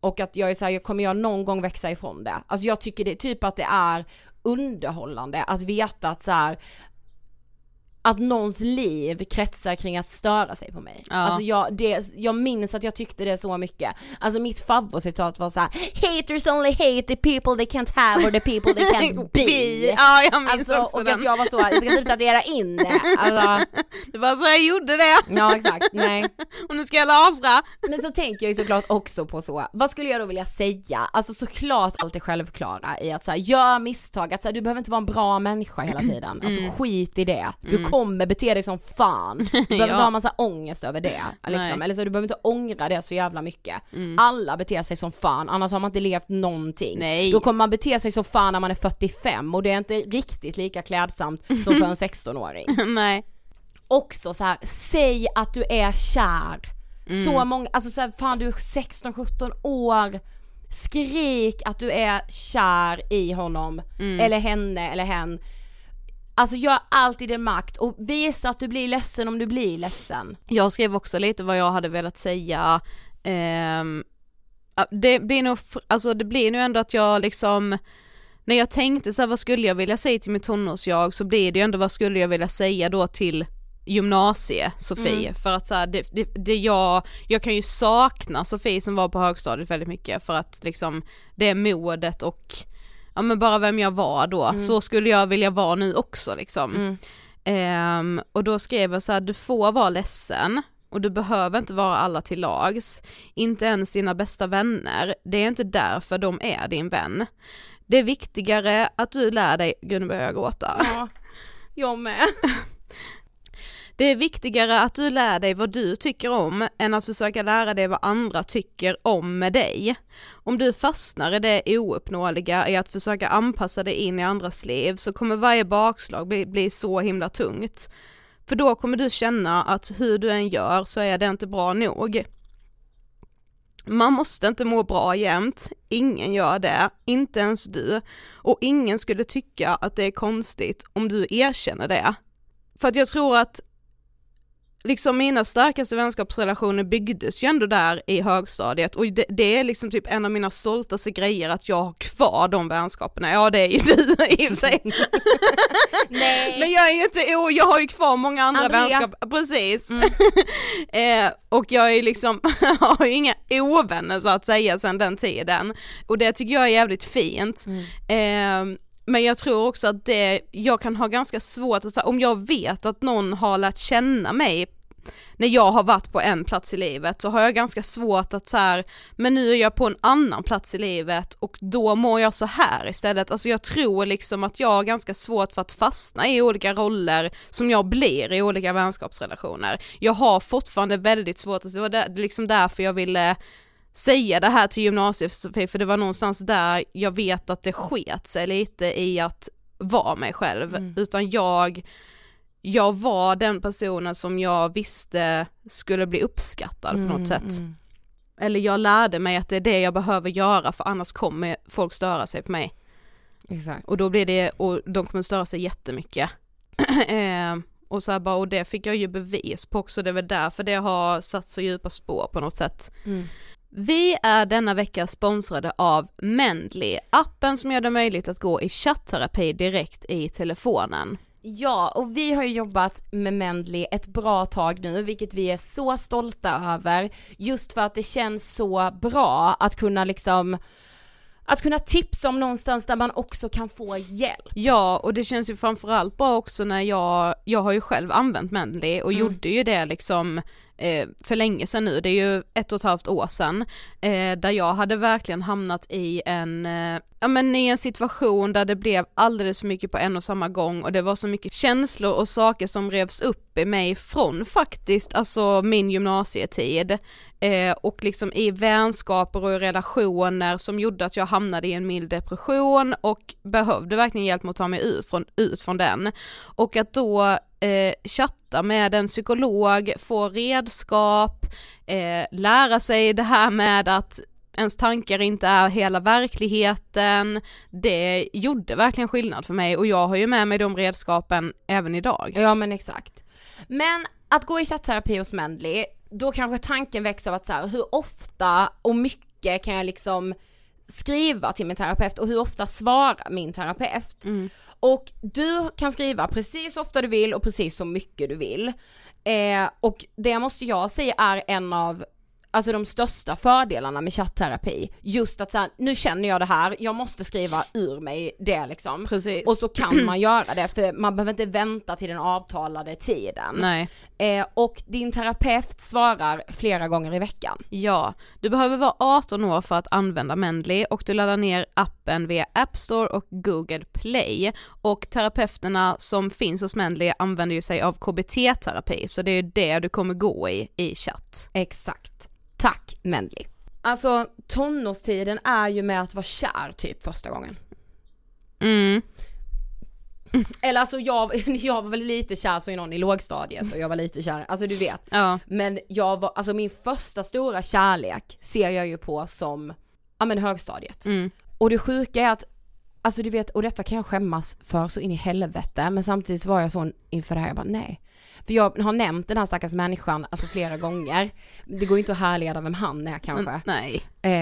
S6: och att jag är så här, kommer jag någon gång växa ifrån det? Alltså jag tycker det typ att det är underhållande att veta att så här, att någons liv kretsar kring att störa sig på mig. Ja. Alltså jag minns att jag tyckte det så mycket. Alltså mitt favoritcitat var så här: haters only hate the people they can't have or the people they can't be.
S5: Ja, jag minns
S6: alltså,
S5: också
S6: och
S5: den.
S6: att jag var så, jag ska typ tatuera in det. Alltså,
S5: det var så jag gjorde det.
S6: Ja, exakt. Nej.
S5: Och nu ska jag lasra.
S6: Men så tänker jag ju såklart också på så, vad skulle jag då vilja säga? Alltså såklart allt är självklara i att så här, gör misstag, att så här, du behöver inte vara en bra människa hela tiden. Alltså skit i det. Du kommer bete dig som fan. Du behöver inte ha en massa ångest över det liksom. Eller så du behöver inte ångra det så jävla mycket. Alla beter sig som fan, annars har man inte levt någonting.
S5: Nej.
S6: Då kommer man bete sig som fan när man är 45 och det är inte riktigt lika klädsamt som för en 16-åring.
S5: Nej.
S6: Också så här, säg att du är kär. Så många, alltså så här, fan du är 16-17 år. Skrik att du är kär i honom eller henne eller hen. Alltså gör alltid din makt och visa att du blir ledsen om du blir ledsen.
S5: Jag skrev också lite vad jag hade velat säga. Det blir nog, alltså det blir nu ändå att jag liksom, när jag tänkte så här, vad skulle jag vilja säga till mitt tonårsjag, så blir det ju ändå vad skulle jag vilja säga då till gymnasie Sofie, för att så här, jag kan ju sakna Sofie som var på högstadiet väldigt mycket, för att liksom det är modet och ja, men bara vem jag var då. Så skulle jag vilja vara nu också liksom. Och då skrev jag så här: du får vara ledsen och du behöver inte vara alla till lags, inte ens dina bästa vänner. Det är inte därför de är din vän. Det är viktigare att du lär dig, gud nu börjar jag gråta.
S6: Ja, jag med.
S5: Det är viktigare att du lär dig vad du tycker om än att försöka lära dig vad andra tycker om med dig. Om du fastnar i det ouppnåeliga i att försöka anpassa dig in i andras liv, så kommer varje bakslag bli så himla tungt. För då kommer du känna att hur du än gör så är det inte bra nog. Man måste inte må bra jämt, ingen gör det, inte ens du. Och ingen skulle tycka att det är konstigt om du erkänner det. För att jag tror att liksom mina starkaste vänskapsrelationer byggdes ju ändå där i högstadiet, och det är liksom typ en av mina stoltaste grejer att jag har kvar de vänskaperna. Ja, det är ju du i och för sig.
S6: Nej.
S5: Men jag är ju inte, jag har ju kvar många andra vänskaper, precis. Och jag är liksom har ju inga ovänner så att säga sedan den tiden, och det tycker jag är jävligt fint. Men jag tror också att jag kan ha ganska svårt att, om jag vet att någon har lärt känna mig när jag har varit på en plats i livet, så har jag ganska svårt att så här, men nu är jag på en annan plats i livet och då mår jag så här istället. Alltså jag tror liksom att jag har ganska svårt för att fastna i olika roller som jag blir i olika vänskapsrelationer. Jag har fortfarande väldigt svårt, alltså det var liksom därför jag ville säga det här till gymnasiet, för det var någonstans där jag vet att det sket sig lite i att vara mig själv, utan jag var den personen som jag visste skulle bli uppskattad på något sätt. Eller jag lärde mig att det är det jag behöver göra, för annars kommer folk störa sig på mig.
S6: Exakt.
S5: Och då blir det, och de kommer störa sig jättemycket. Och så här bara, och det fick jag ju bevis på också, det är väl därför det har satt så djupa spår på något sätt. Vi är denna vecka sponsrade av Mendly, appen som gör det möjligt att gå i chattterapi direkt i telefonen.
S6: Ja, och vi har ju jobbat med Mendly ett bra tag nu, vilket vi är så stolta över, just för att det känns så bra att kunna liksom, att kunna tipsa om någonstans där man också kan få hjälp.
S5: Ja, och det känns ju framförallt bra också när jag har ju själv använt Mendly och gjorde ju det liksom för länge sedan nu, det är ju 1,5 år sedan, där jag hade verkligen hamnat i en situation där det blev alldeles för mycket på en och samma gång, och det var så mycket känslor och saker som revs upp i mig från faktiskt, alltså min gymnasietid, och liksom i vänskaper och relationer som gjorde att jag hamnade i en mild depression och behövde verkligen hjälp med att ta mig ut från den, och att då chatta med en psykolog, få redskap, lära sig det här med att ens tankar inte är hela verkligheten, det gjorde verkligen skillnad för mig, och jag har ju med mig de redskapen även idag.
S6: Ja, men exakt. Men att gå i chattterapi hos Mendly, då kanske tanken växer av att så här, hur ofta och mycket mycket kan jag liksom skriva till min terapeut och hur ofta svarar min terapeut. Och du kan skriva precis så ofta du vill och precis så mycket du vill. Och det måste jag säga är en av alltså de största fördelarna med chattterapi. Just att så här, nu känner jag det här, jag måste skriva ur mig det liksom.
S5: Precis.
S6: Och så kan man göra det, för man behöver inte vänta till den avtalade tiden.
S5: Nej.
S6: Och din terapeut svarar flera gånger i veckan.
S5: Ja, du behöver vara 18 år för att använda Mendley och du laddar ner appen via App Store och Google Play. Och terapeuterna som finns hos Mendley använder ju sig av KBT-terapi, så det är det du kommer gå i chatt.
S6: Exakt. Tack Mendley. Alltså tonårstiden är ju med att vara kär typ första gången. Eller alltså jag var väl lite kär så i någon i lågstadiet och jag var lite kär, alltså du vet.
S5: Ja.
S6: Men jag var, alltså min första stora kärlek ser jag ju på som högstadiet. Och det sjuka är att alltså du vet, och detta kan jag skämmas för så in i helvete, men samtidigt var jag så inför det här, jag bara nej. För jag har nämnt den här stackars människan alltså flera gånger. Det går ju inte att härleda vem han är kanske.
S5: Nej.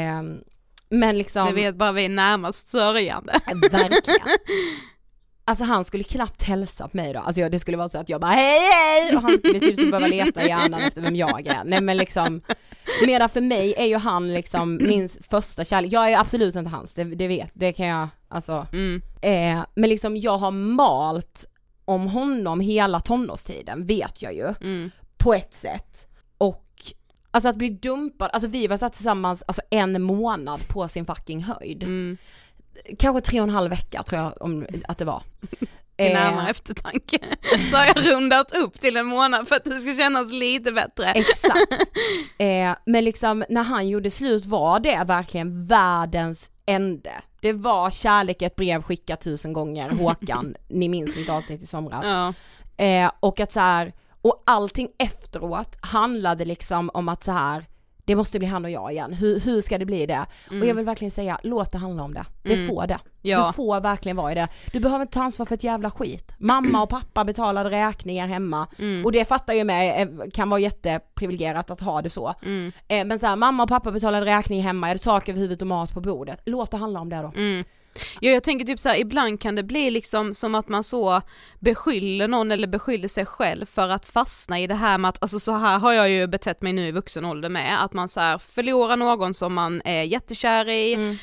S6: Men liksom
S5: det vet bara vi närmast sörjande.
S6: Verkligen. Alltså han skulle knappt hälsa på mig då. Alltså det skulle vara så att jag bara hej! Och han skulle typ så behöva leta i hjärnan efter vem jag är. Nej men liksom, medan för mig är ju han liksom min första kärlek. Jag är absolut inte hans, det kan jag alltså. Men liksom jag har malt om honom hela tonårstiden, vet jag ju. På ett sätt. Och alltså att bli dumpad, alltså vi var satt tillsammans alltså 1 månad på sin fucking höjd. Kanske 3,5 vecka tror jag att det var.
S5: I närmare eftertanke så har jag rundat upp till 1 månad för att det ska kännas lite bättre.
S6: Exakt. Men liksom när han gjorde slut var det verkligen världens ände. Det var kärlek, ett brev skickat 1000 gånger. Håkan, ni minns mitt avsnitt i somras.
S5: Ja.
S6: Och att så här, och allting efteråt handlade liksom om att så här, det måste bli han och jag igen. Hur ska det bli det? Och jag vill verkligen säga, låt det handla om det. Det får det.
S5: Ja.
S6: Du får verkligen vara i det. Du behöver inte ta ansvar för ett jävla skit. Mamma och pappa betalade räkningar hemma. Och det fattar ju mig, kan vara jätteprivilegierat att ha det så. Men så här, mamma och pappa betalade räkningar hemma. Jag hade tak över huvudet och mat på bordet. Låt det handla om det då.
S5: Ja, jag tänker typ så här, ibland kan det bli liksom som att man så beskyller någon eller beskyller sig själv för att fastna i det här med att, alltså så här har jag ju betett mig nu i vuxen ålder med, att man så här förlorar någon som man är jättekär i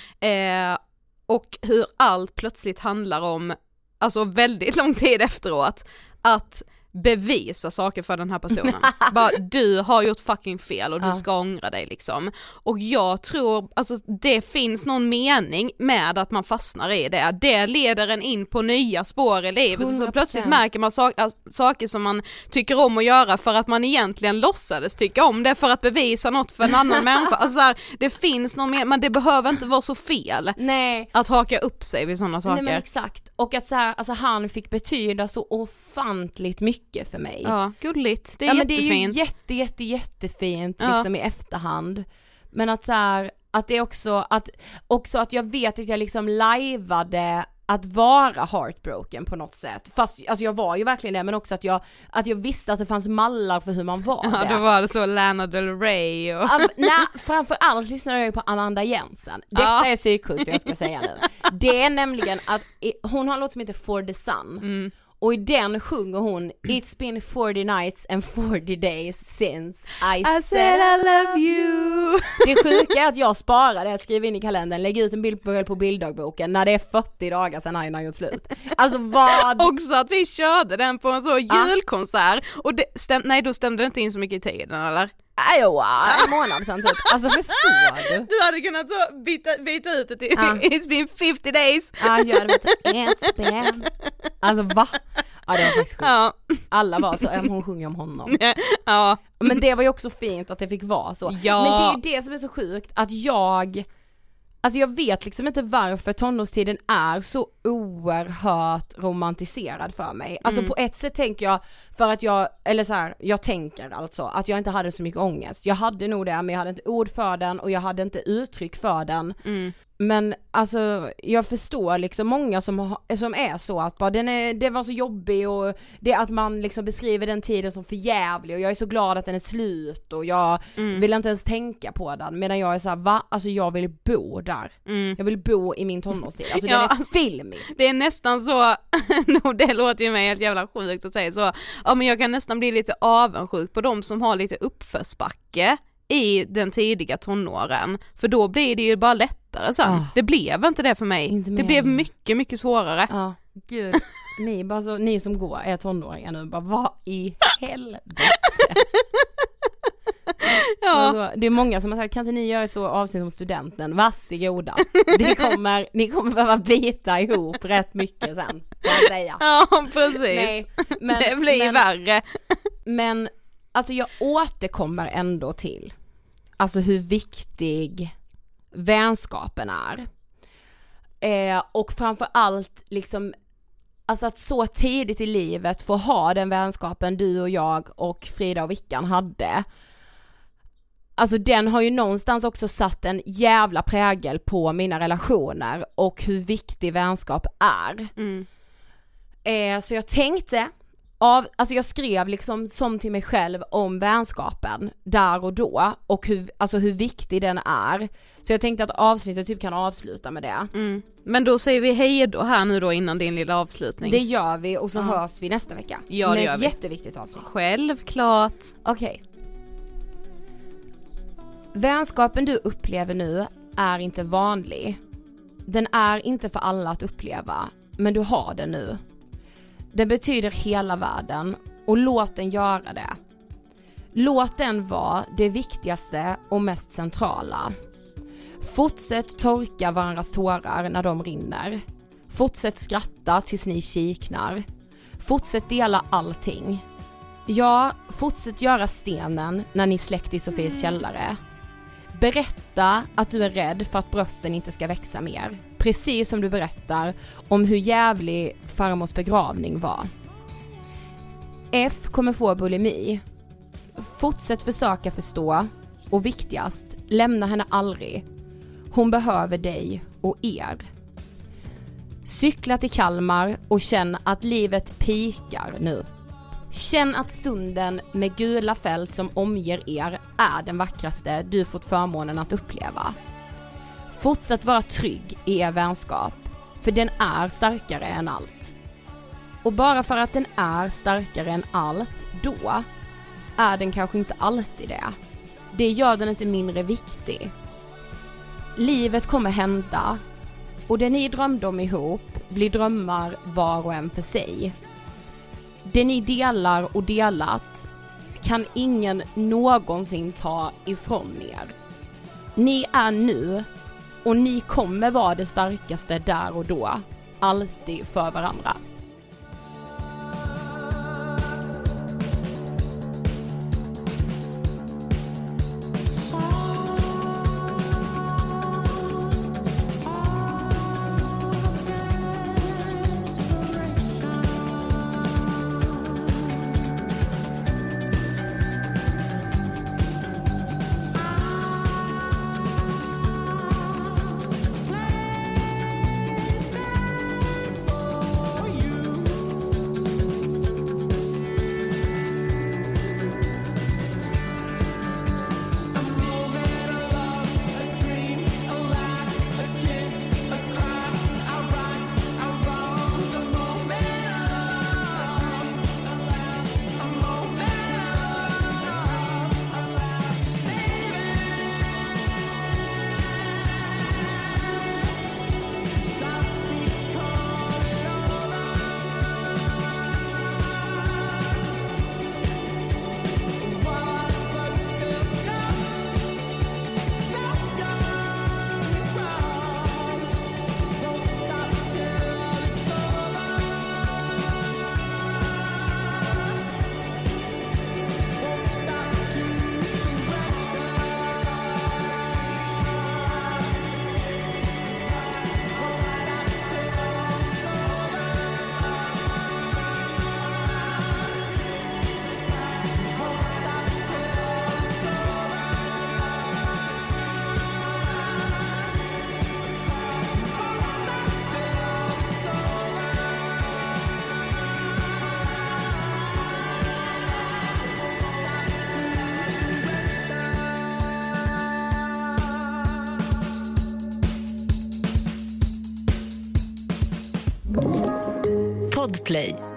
S5: och hur allt plötsligt handlar om, alltså väldigt lång tid efteråt, att bevisa saker för den här personen. Bara, du har gjort fucking fel och du ska ångra dig liksom. Och jag tror, alltså det finns någon mening med att man fastnar i det. Det leder en in på nya spår i livet.
S6: 100%.
S5: Så plötsligt märker man saker som man tycker om att göra för att man egentligen låtsades tycka om det för att bevisa något för en annan människa. Alltså här, det finns någon mening, men det behöver inte vara så fel.
S6: Nej.
S5: Att haka upp sig vid sådana saker.
S6: Nej men exakt. Och att så här, alltså han fick betyda så ofantligt mycket för mig.
S5: Ja, gulligt. Det är
S6: jättefint.
S5: Men
S6: det är ju jättefint liksom i efterhand. Men att så här, att det är också att jag vet att jag liksom lajvade att vara heartbroken på något sätt. Fast alltså jag var ju verkligen det, men också att jag visste att det fanns mallar för hur man var det.
S5: Ja, då var det så Lana Del Rey och...
S6: Nej, framförallt lyssnade jag ju på Amanda Jensen. Detta är psyksjukt, jag ska säga nu. Det är nämligen att hon har en låt som heter For the Sun. Och i den sjunger hon It's been 40 nights and 40 days since I said I love you. Det sjuka är att jag sparade att skriva in i kalendern, lägga ut en bild på bilddagboken när det är 40 dagar sedan han har gjort slut. Alltså vad...
S5: Också att vi körde den på en så julkonsert och då stämde det inte in så mycket i tiden, eller?
S6: Jo, en månad sedan typ. Alltså förstår du?
S5: Du hade kunnat så byta ut det till It's been 50 days.
S6: Ja, jag hade It's been. Alltså va? Ja, det var faktiskt sjukt. Ja. Alla var så, hon sjunger om honom.
S5: Ja.
S6: Men det var ju också fint att det fick vara så.
S5: Ja.
S6: Men det är ju det som är så sjukt, att jag vet liksom inte varför tonårstiden är så oerhört romantiserad för mig. Alltså på ett sätt tänker jag, för att jag tänker alltså att jag inte hade så mycket ångest. Jag hade nog det, men jag hade inte ord för den och jag hade inte uttryck för den.
S7: Men alltså jag förstår liksom många som är så att bara det var så jobbig och det att man liksom beskriver den tiden som för jävlig och jag är så glad att den är slut och jag vill inte ens tänka på den, medan jag är så här, va? Alltså jag vill bo där. Jag vill bo i min tonårstid. Alltså den är filmisk.
S5: Det är nästan så, det låter ju mig helt jävla sjukt att säga så. Ja, men jag kan nästan bli lite avundsjuk på de som har lite uppförsbacke i den tidiga tonåren, för då blir det ju bara lättare sen. Det blev inte det för mig. Det blev mycket, mycket svårare.
S7: Ja, gud. Ni som går är tonåringar nu, bara vad i helvete? Ja. Alltså, det är många som har sagt, kan inte ni göra ett så avsnitt som Studenten? Varsågoda. Ni kommer behöva bita ihop rätt mycket sen, kan jag säga.
S5: Ja, precis. Nej, men, det blir värre.
S7: Men alltså jag återkommer ändå till alltså hur viktig vänskapen är. Och framförallt liksom alltså att så tidigt i livet få ha den vänskapen du och jag och Frida och Vickan hade. Alltså den har ju någonstans också satt en jävla prägel på mina relationer och hur viktig vänskap är. Så jag tänkte alltså jag skrev liksom som till mig själv om vänskapen där och då och hur viktig den är. Så jag tänkte att avsnittet typ kan avsluta med det.
S5: Men då säger vi hej då här nu då innan din lilla avslutning.
S7: Det gör vi och så hörs vi nästa vecka.
S5: Ja, det gör
S7: ett
S5: vi.
S7: Jätteviktigt avsnitt.
S5: Självklart.
S7: Okej. Vänskapen du upplever nu är inte vanlig. Den är inte för alla att uppleva, men du har den nu. Den betyder hela världen och låt den göra det. Låt den vara det viktigaste och mest centrala. Fortsätt torka varandras tårar när de rinner. Fortsätt skratta tills ni kiknar. Fortsätt dela allting. Ja, fortsätt göra stenen när ni släckt i Sofies källare. Berätta att du är rädd för att brösten inte ska växa mer. Precis som du berättar om hur jävlig farmors begravning var. F kommer få bulimi. Fortsätt försöka förstå. Och viktigast, lämna henne aldrig. Hon behöver dig och er. Cykla till Kalmar och känn att livet pikar nu. Känn att stunden med gula fält som omger er är den vackraste du fått förmånen att uppleva. Fortsätt vara trygg i er vänskap, för den är starkare än allt. Och bara för att den är starkare än allt, då är den kanske inte alltid det. Det gör den inte mindre viktig. Livet kommer hända, och det ni drömde om ihop blir drömmar var och en för sig. Det ni delar och delat kan ingen någonsin ta ifrån er. Ni är nu, och ni kommer vara det starkaste där och då, alltid för varandra.
S8: Podplay.